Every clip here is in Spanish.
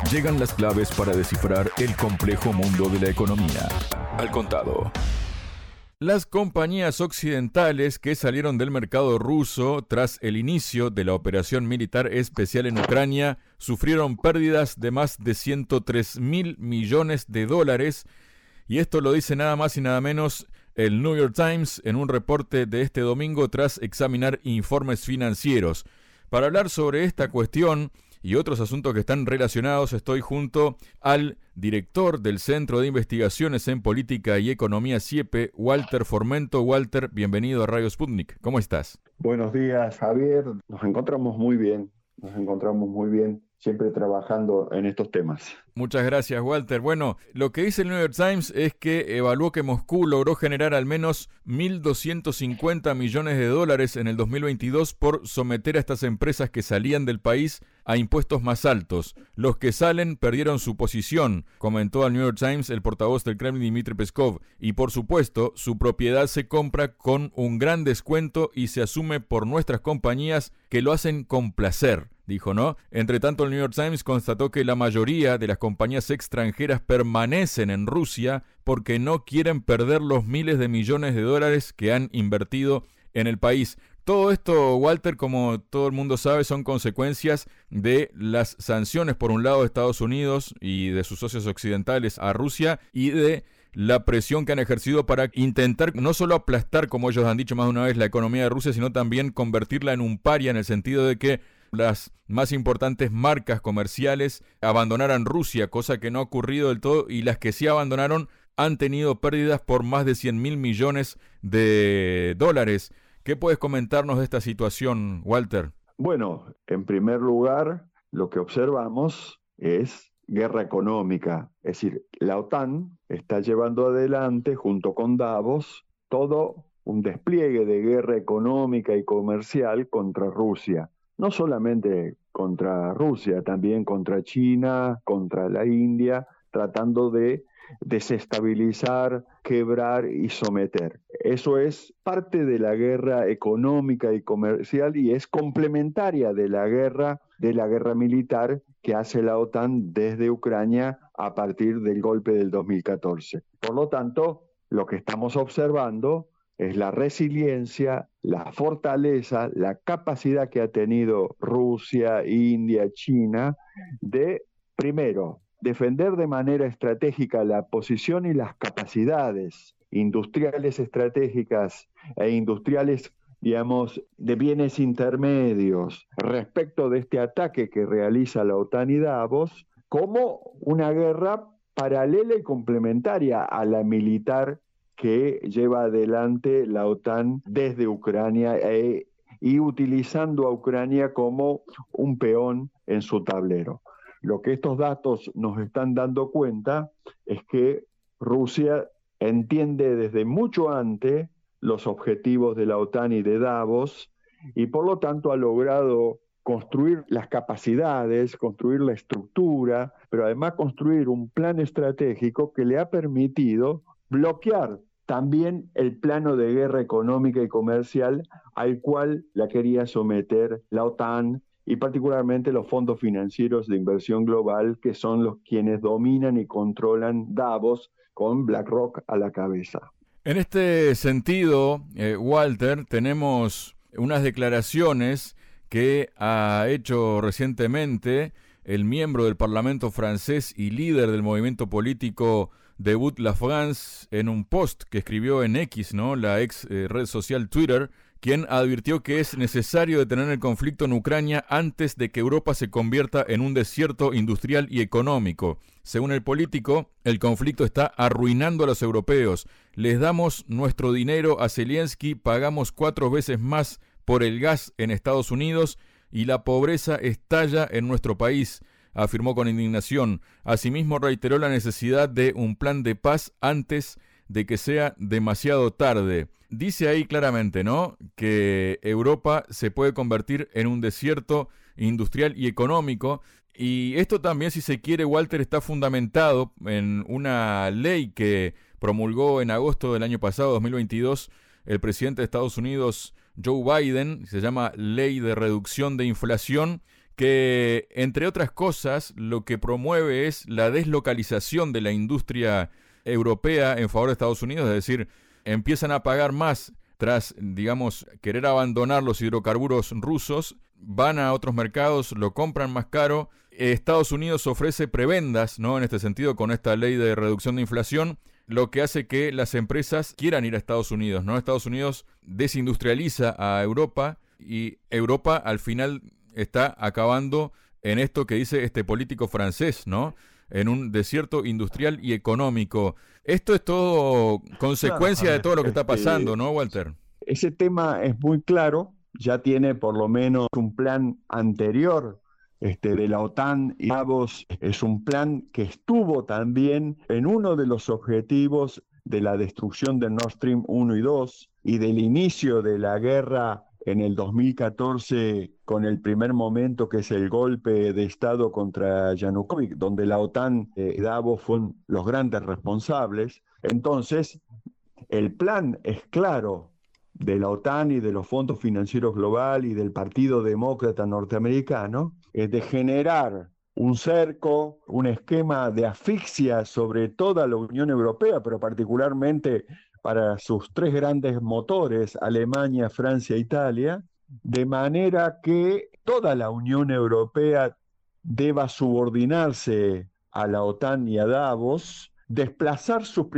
Llegan las claves para descifrar el complejo mundo de la economía. Al contado. Las compañías occidentales que salieron del mercado ruso tras el inicio de la operación militar especial en Ucrania sufrieron pérdidas de más de 103.000 millones de dólares, y esto lo dice nada más y nada menos el New York Times en un reporte de este domingo tras examinar informes financieros. Para hablar sobre esta cuestión y otros asuntos que están relacionados, estoy junto al director del Centro de Investigaciones en Política y Economía CIEPE, Walter Formento. Walter, bienvenido a Radio Sputnik. ¿Cómo estás? Buenos días, Javier. Nos encontramos muy bien, siempre trabajando en estos temas. Muchas gracias, Walter. Bueno, lo que dice el New York Times es que evaluó que Moscú logró generar al menos 1.250 millones de dólares en el 2022 por someter a estas empresas que salían del país a impuestos más altos. Los que salen perdieron su posición, comentó al New York Times el portavoz del Kremlin, Dmitry Peskov, y por supuesto, su propiedad se compra con un gran descuento y se asume por nuestras compañías que lo hacen con placer, dijo, ¿no? Entre tanto, el New York Times constató que la mayoría de las compañías extranjeras permanecen en Rusia porque no quieren perder los miles de millones de dólares que han invertido en el país. Todo esto, Walter, como todo el mundo sabe, son consecuencias de las sanciones, por un lado, de Estados Unidos y de sus socios occidentales a Rusia, y de la presión que han ejercido para intentar no solo aplastar, como ellos han dicho más de una vez, la economía de Rusia, sino también convertirla en un paria, en el sentido de que las más importantes marcas comerciales abandonaran Rusia, cosa que no ha ocurrido del todo, y las que sí abandonaron han tenido pérdidas por más de 100.000 millones de dólares. ¿Qué puedes comentarnos de esta situación, Walter? Bueno, en primer lugar, lo que observamos es guerra económica. Es decir, la OTAN está llevando adelante, junto con Davos, todo un despliegue de guerra económica y comercial contra Rusia. No solamente contra Rusia, también contra China, contra la India, tratando de desestabilizar, quebrar y someter. Eso es parte de la guerra económica y comercial y es complementaria de la guerra militar que hace la OTAN desde Ucrania a partir del golpe del 2014. Por lo tanto, lo que estamos observando es la resiliencia, la fortaleza, la capacidad que ha tenido Rusia, India, China de, primero, defender de manera estratégica la posición y las capacidades industriales estratégicas e industriales, digamos, de bienes intermedios respecto de este ataque que realiza la OTAN y Davos, como una guerra paralela y complementaria a la militar que lleva adelante la OTAN desde Ucrania y utilizando a Ucrania como un peón en su tablero. Lo que estos datos nos están dando cuenta es que Rusia entiende desde mucho antes los objetivos de la OTAN y de Davos y por lo tanto ha logrado construir las capacidades, construir la estructura, pero además construir un plan estratégico que le ha permitido bloquear también el plano de guerra económica y comercial al cual la quería someter la OTAN y particularmente los fondos financieros de inversión global, que son los quienes dominan y controlan Davos, con BlackRock a la cabeza. En este sentido, Walter, tenemos unas declaraciones que ha hecho recientemente el miembro del Parlamento francés y líder del movimiento político Debout la France en un post que escribió en X, ¿no?, la ex red social Twitter, quien advirtió que es necesario detener el conflicto en Ucrania antes de que Europa se convierta en un desierto industrial y económico. Según el político, el conflicto está arruinando a los europeos. Les damos nuestro dinero a Zelensky, pagamos 4 veces más por el gas en Estados Unidos y la pobreza estalla en nuestro país, afirmó con indignación. Asimismo, reiteró la necesidad de un plan de paz antes de que sea demasiado tarde. Dice ahí claramente, ¿no?, que Europa se puede convertir en un desierto industrial y económico, y esto también, si se quiere, Walter, está fundamentado en una ley que promulgó en agosto del año pasado, 2022, el presidente de Estados Unidos, Joe Biden. Se llama Ley de Reducción de Inflación, que, entre otras cosas, lo que promueve es la deslocalización de la industria europea en favor de Estados Unidos, es decir, empiezan a pagar más tras, digamos, querer abandonar los hidrocarburos rusos, van a otros mercados, lo compran más caro. Estados Unidos ofrece prebendas, ¿no? En este sentido, con esta ley de reducción de inflación, lo que hace que las empresas quieran ir a Estados Unidos, ¿no? Estados Unidos desindustrializa a Europa y Europa al final está acabando en esto que dice este político francés, ¿no? En un desierto industrial y económico. Esto es todo consecuencia de todo lo que está pasando, ¿no, Walter? Ese tema es muy claro, ya tiene por lo menos un plan anterior de la OTAN, y Davos es un plan que estuvo también en uno de los objetivos de la destrucción de Nord Stream 1 y 2 y del inicio de la guerra en el 2014 con el primer momento, que es el golpe de Estado contra Yanukovych, donde la OTAN y Davos fueron los grandes responsables. Entonces, el plan es claro de la OTAN y de los fondos financieros global y del Partido Demócrata norteamericano, es de generar un cerco, un esquema de asfixia sobre toda la Unión Europea, pero particularmente para sus tres grandes motores, Alemania, Francia e Italia, de manera que toda la Unión Europea deba subordinarse a la OTAN y a Davos, desplazar su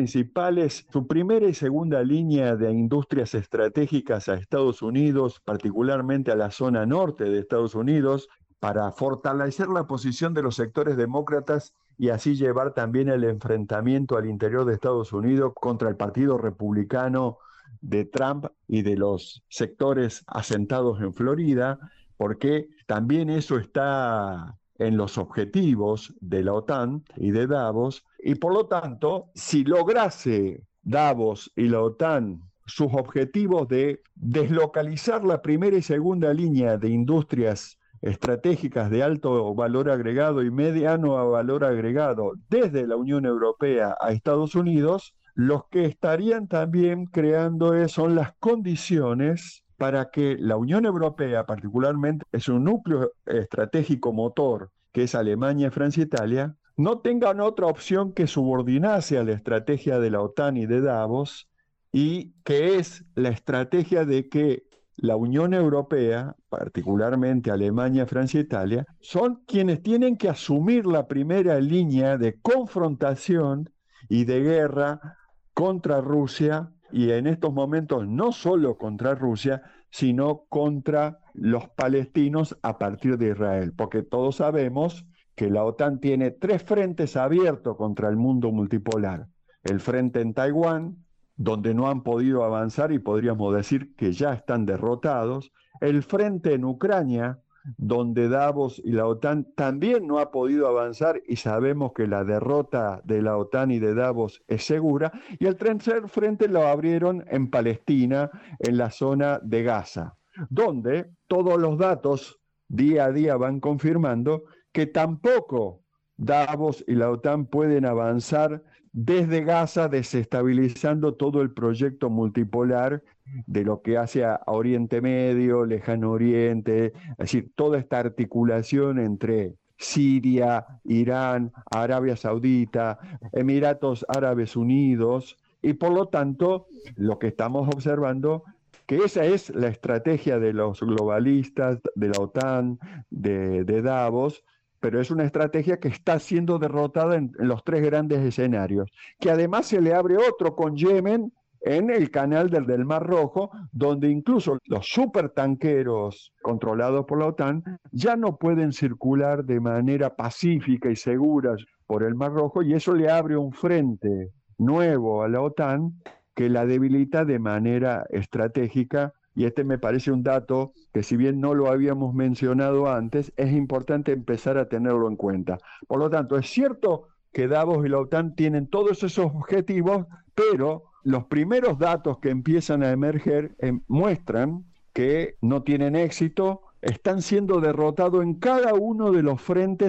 primera y segunda línea de industrias estratégicas a Estados Unidos, particularmente a la zona norte de Estados Unidos, para fortalecer la posición de los sectores demócratas y así llevar también el enfrentamiento al interior de Estados Unidos contra el Partido Republicano de Trump y de los sectores asentados en Florida, porque también eso está en los objetivos de la OTAN y de Davos, y por lo tanto, si lograse Davos y la OTAN sus objetivos de deslocalizar la primera y segunda línea de industrias estratégicas de alto valor agregado y mediano valor agregado desde la Unión Europea a Estados Unidos, los que estarían también creando son las condiciones para que la Unión Europea, particularmente, es un núcleo estratégico motor, que es Alemania, Francia e Italia, no tengan otra opción que subordinarse a la estrategia de la OTAN y de Davos, y que es la estrategia de que la Unión Europea, particularmente Alemania, Francia e Italia, son quienes tienen que asumir la primera línea de confrontación y de guerra contra Rusia, y en estos momentos no solo contra Rusia, sino contra los palestinos a partir de Israel, porque todos sabemos que la OTAN tiene tres frentes abiertos contra el mundo multipolar. El frente en Taiwán, donde no han podido avanzar y podríamos decir que ya están derrotados. El frente en Ucrania, donde Davos y la OTAN también no ha podido avanzar y sabemos que la derrota de la OTAN y de Davos es segura. Y el tercer frente lo abrieron en Palestina, en la zona de Gaza, donde todos los datos día a día van confirmando que tampoco Davos y la OTAN pueden avanzar desde Gaza, desestabilizando todo el proyecto multipolar de lo que hace a Oriente Medio, Lejano Oriente, es decir, toda esta articulación entre Siria, Irán, Arabia Saudita, Emiratos Árabes Unidos, y por lo tanto, lo que estamos observando, que esa es la estrategia de los globalistas, de la OTAN, de Davos, pero es una estrategia que está siendo derrotada en los tres grandes escenarios, que además se le abre otro con Yemen en el canal del Mar Rojo, donde incluso los supertanqueros controlados por la OTAN ya no pueden circular de manera pacífica y segura por el Mar Rojo, y eso le abre un frente nuevo a la OTAN que la debilita de manera estratégica. Y este me parece un dato que, si bien no lo habíamos mencionado antes, es importante empezar a tenerlo en cuenta. Por lo tanto, es cierto que Davos y la OTAN tienen todos esos objetivos, pero los primeros datos que empiezan a emerger muestran que no tienen éxito, están siendo derrotados en cada uno de los frentes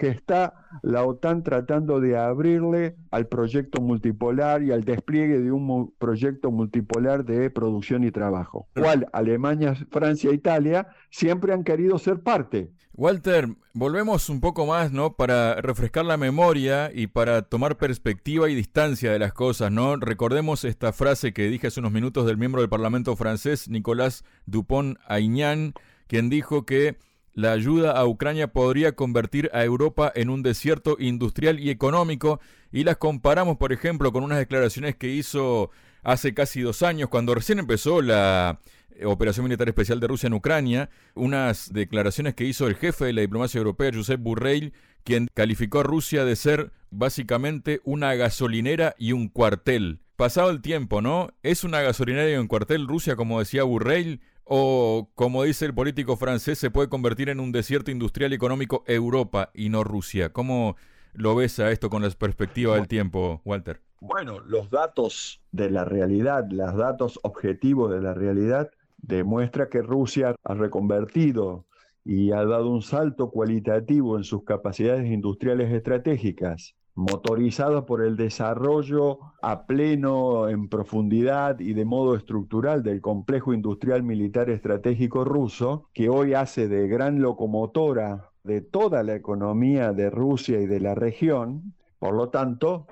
que está la OTAN tratando de abrirle al proyecto multipolar y al despliegue de un proyecto multipolar de producción y trabajo, cual Alemania, Francia e Italia siempre han querido ser parte. Walter, volvemos un poco más, ¿no? Para refrescar la memoria y para tomar perspectiva y distancia de las cosas, ¿no? Recordemos esta frase que dije hace unos minutos del miembro del Parlamento francés, Nicolas Dupont-Aignan, quien dijo que la ayuda a Ucrania podría convertir a Europa en un desierto industrial y económico, y las comparamos, por ejemplo, con unas declaraciones que hizo hace casi 2 años, cuando recién empezó la operación militar especial de Rusia en Ucrania, unas declaraciones que hizo el jefe de la diplomacia europea, Josep Borrell, quien calificó a Rusia de ser básicamente una gasolinera y un cuartel. Pasado el tiempo, ¿no? ¿Es una gasolinera y un cuartel Rusia, como decía Borrell? ¿O, como dice el político francés, se puede convertir en un desierto industrial y económico Europa y no Rusia? ¿Cómo lo ves a esto con la perspectiva del tiempo, Walter? Bueno, los datos de la realidad, los datos objetivos de la realidad, demuestra que Rusia ha reconvertido y ha dado un salto cualitativo en sus capacidades industriales estratégicas, motorizado por el desarrollo a pleno, en profundidad y de modo estructural del complejo industrial militar estratégico ruso, que hoy hace de gran locomotora de toda la economía de Rusia y de la región. Por lo tanto,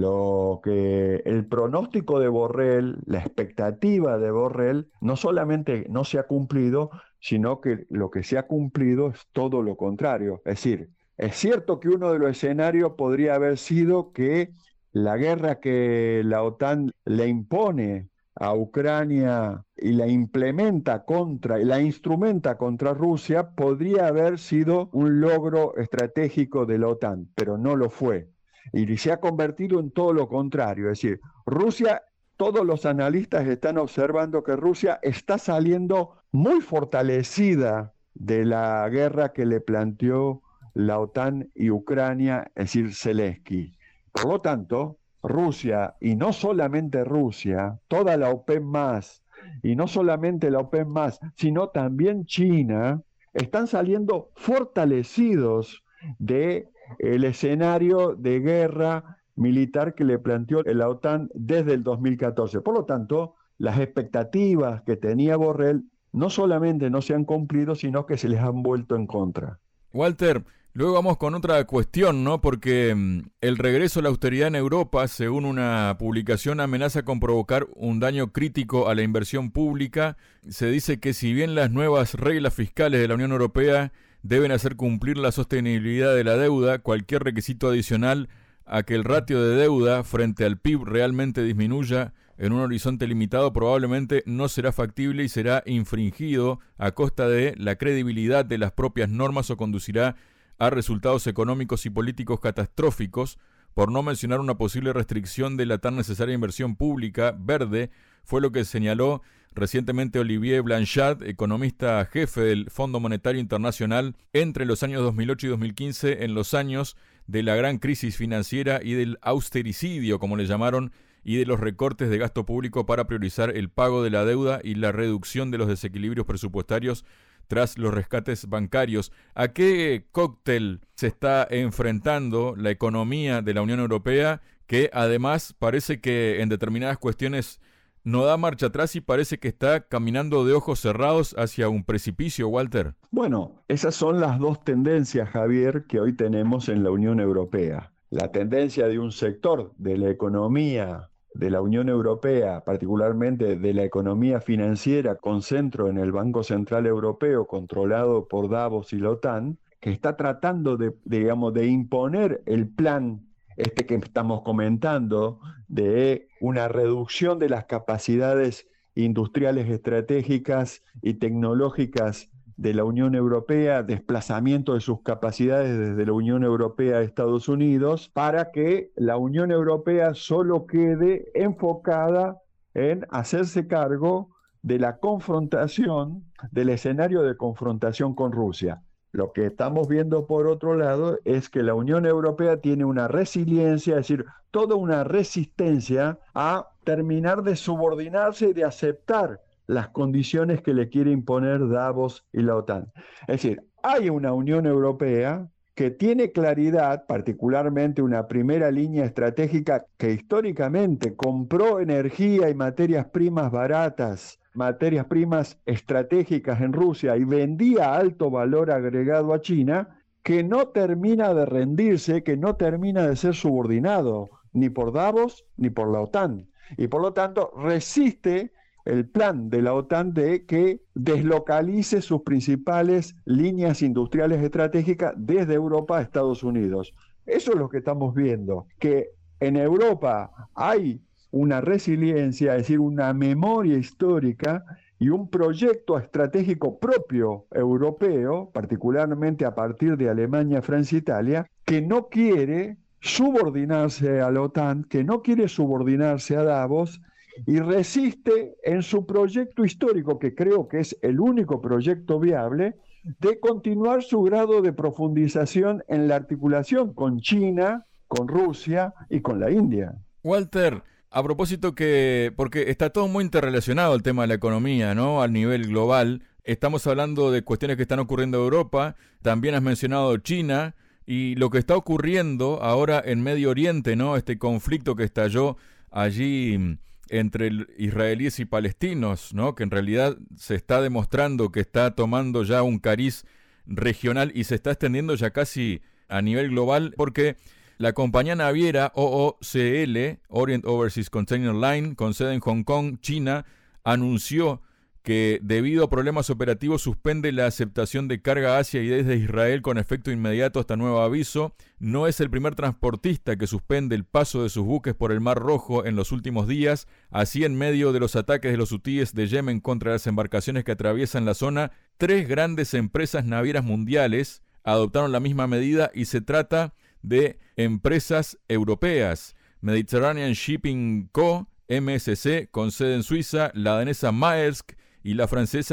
el pronóstico de Borrell, la expectativa de Borrell, no solamente no se ha cumplido, sino que lo que se ha cumplido es todo lo contrario. Es decir, es cierto que uno de los escenarios podría haber sido que la guerra que la OTAN le impone a Ucrania y la instrumenta contra Rusia podría haber sido un logro estratégico de la OTAN, pero no lo fue. Y se ha convertido en todo lo contrario, es decir, Rusia, todos los analistas están observando que Rusia está saliendo muy fortalecida de la guerra que le planteó la OTAN y Ucrania, es decir, Zelensky. Por lo tanto, Rusia, y no solamente Rusia, toda la OPEP+, y no solamente la OPEP+, sino también China, están saliendo fortalecidos de el escenario de guerra militar que le planteó la OTAN desde el 2014. Por lo tanto, las expectativas que tenía Borrell no solamente no se han cumplido, sino que se les han vuelto en contra. Walter, luego vamos con otra cuestión, ¿no? Porque el regreso a la austeridad en Europa, según una publicación, amenaza con provocar un daño crítico a la inversión pública. Se dice que si bien las nuevas reglas fiscales de la Unión Europea deben hacer cumplir la sostenibilidad de la deuda, cualquier requisito adicional a que el ratio de deuda frente al PIB realmente disminuya en un horizonte limitado probablemente no será factible y será infringido a costa de la credibilidad de las propias normas o conducirá a resultados económicos y políticos catastróficos, por no mencionar una posible restricción de la tan necesaria inversión pública verde, fue lo que señaló recientemente Olivier Blanchard, economista jefe del Fondo Monetario Internacional, entre los años 2008 y 2015, en los años de la gran crisis financiera y del austericidio, como le llamaron, y de los recortes de gasto público para priorizar el pago de la deuda y la reducción de los desequilibrios presupuestarios tras los rescates bancarios. ¿A qué cóctel se está enfrentando la economía de la Unión Europea, que además parece que en determinadas cuestiones no da marcha atrás y parece que está caminando de ojos cerrados hacia un precipicio, Walter? Bueno, esas son las dos tendencias, Javier, que hoy tenemos en la Unión Europea. La tendencia de un sector de la economía de la Unión Europea, particularmente de la economía financiera con centro en el Banco Central Europeo, controlado por Davos y la OTAN, que está tratando de imponer el plan que estamos comentando, de una reducción de las capacidades industriales estratégicas y tecnológicas de la Unión Europea, desplazamiento de sus capacidades desde la Unión Europea a Estados Unidos, para que la Unión Europea solo quede enfocada en hacerse cargo de la confrontación, del escenario de confrontación con Rusia. Lo que estamos viendo por otro lado es que la Unión Europea tiene una resiliencia, es decir, toda una resistencia a terminar de subordinarse y de aceptar las condiciones que le quiere imponer Davos y la OTAN. Es decir, hay una Unión Europea que tiene claridad, particularmente una primera línea estratégica que históricamente compró energía y materias primas baratas, materias primas estratégicas en Rusia y vendía alto valor agregado a China, que no termina de rendirse, que no termina de ser subordinado ni por Davos ni por la OTAN. Y por lo tanto resiste el plan de la OTAN de que deslocalice sus principales líneas industriales estratégicas desde Europa a Estados Unidos. Eso es lo que estamos viendo, que en Europa hay una resiliencia, es decir, una memoria histórica y un proyecto estratégico propio europeo, particularmente a partir de Alemania, Francia e Italia, que no quiere subordinarse a la OTAN, que no quiere subordinarse a Davos y resiste en su proyecto histórico, que creo que es el único proyecto viable, de continuar su grado de profundización en la articulación con China, con Rusia y con la India. Walter, a propósito porque está todo muy interrelacionado el tema de la economía, ¿no? Al nivel global, estamos hablando de cuestiones que están ocurriendo en Europa, también has mencionado China, y lo que está ocurriendo ahora en Medio Oriente, ¿no? Este conflicto que estalló allí entre israelíes y palestinos, ¿no? Que en realidad se está demostrando que está tomando ya un cariz regional y se está extendiendo ya casi a nivel global, porque la compañía naviera OOCL, Orient Overseas Container Line, con sede en Hong Kong, China, anunció que debido a problemas operativos suspende la aceptación de carga hacia y desde Israel con efecto inmediato hasta nuevo aviso. No es el primer transportista que suspende el paso de sus buques por el Mar Rojo en los últimos días. Así, en medio de los ataques de los hutíes de Yemen contra las embarcaciones que atraviesan la zona, 3 grandes empresas navieras mundiales adoptaron la misma medida y se trata de empresas europeas. Mediterranean Shipping Co., MSC, con sede en Suiza, la danesa Maersk y la francesa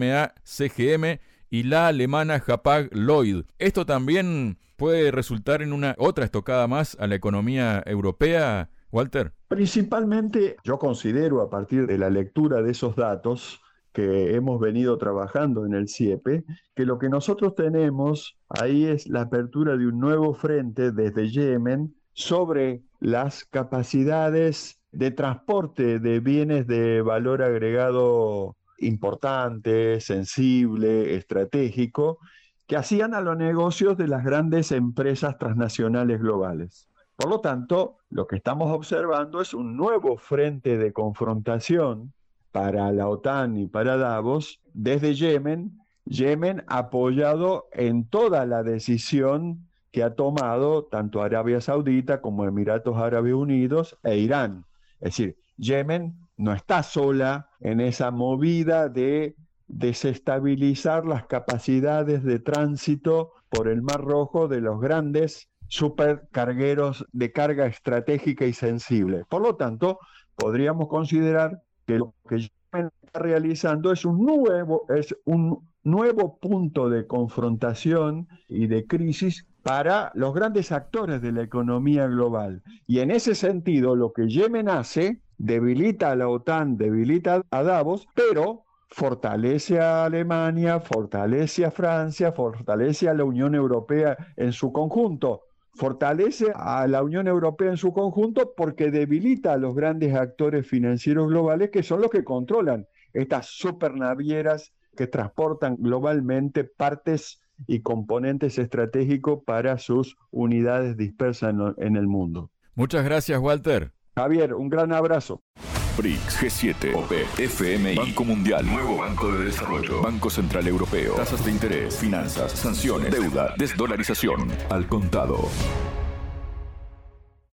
CMA-CGM y la alemana Hapag-Lloyd. Esto también puede resultar en una otra estocada más a la economía europea, Walter. Principalmente, yo considero, a partir de la lectura de esos datos que hemos venido trabajando en el CIEPE, que lo que nosotros tenemos ahí es la apertura de un nuevo frente desde Yemen sobre las capacidades de transporte de bienes de valor agregado importante, sensible, estratégico, que hacían a los negocios de las grandes empresas transnacionales globales. Por lo tanto, lo que estamos observando es un nuevo frente de confrontación para la OTAN y para Davos desde Yemen, apoyado en toda la decisión que ha tomado tanto Arabia Saudita como Emiratos Árabes Unidos e Irán. Es decir, Yemen no está sola en esa movida de desestabilizar las capacidades de tránsito por el Mar Rojo de los grandes supercargueros de carga estratégica y sensible. Por lo tanto, podríamos considerar que lo que Yemen está realizando es un nuevo punto de confrontación y de crisis para los grandes actores de la economía global. Y en ese sentido, lo que Yemen hace debilita a la OTAN, debilita a Davos, pero fortalece a Alemania, fortalece a Francia, fortalece a la Unión Europea en su conjunto. Fortalece a la Unión Europea en su conjunto porque debilita a los grandes actores financieros globales que son los que controlan estas supernavieras que transportan globalmente partes y componentes estratégicos para sus unidades dispersas en el mundo. Muchas gracias, Walter. Javier, un gran abrazo. BRICS, G7, OPEC, FMI, Banco Mundial, Nuevo Banco de Desarrollo, Banco Central Europeo, tasas de interés, finanzas, sanciones, deuda, desdolarización, al contado.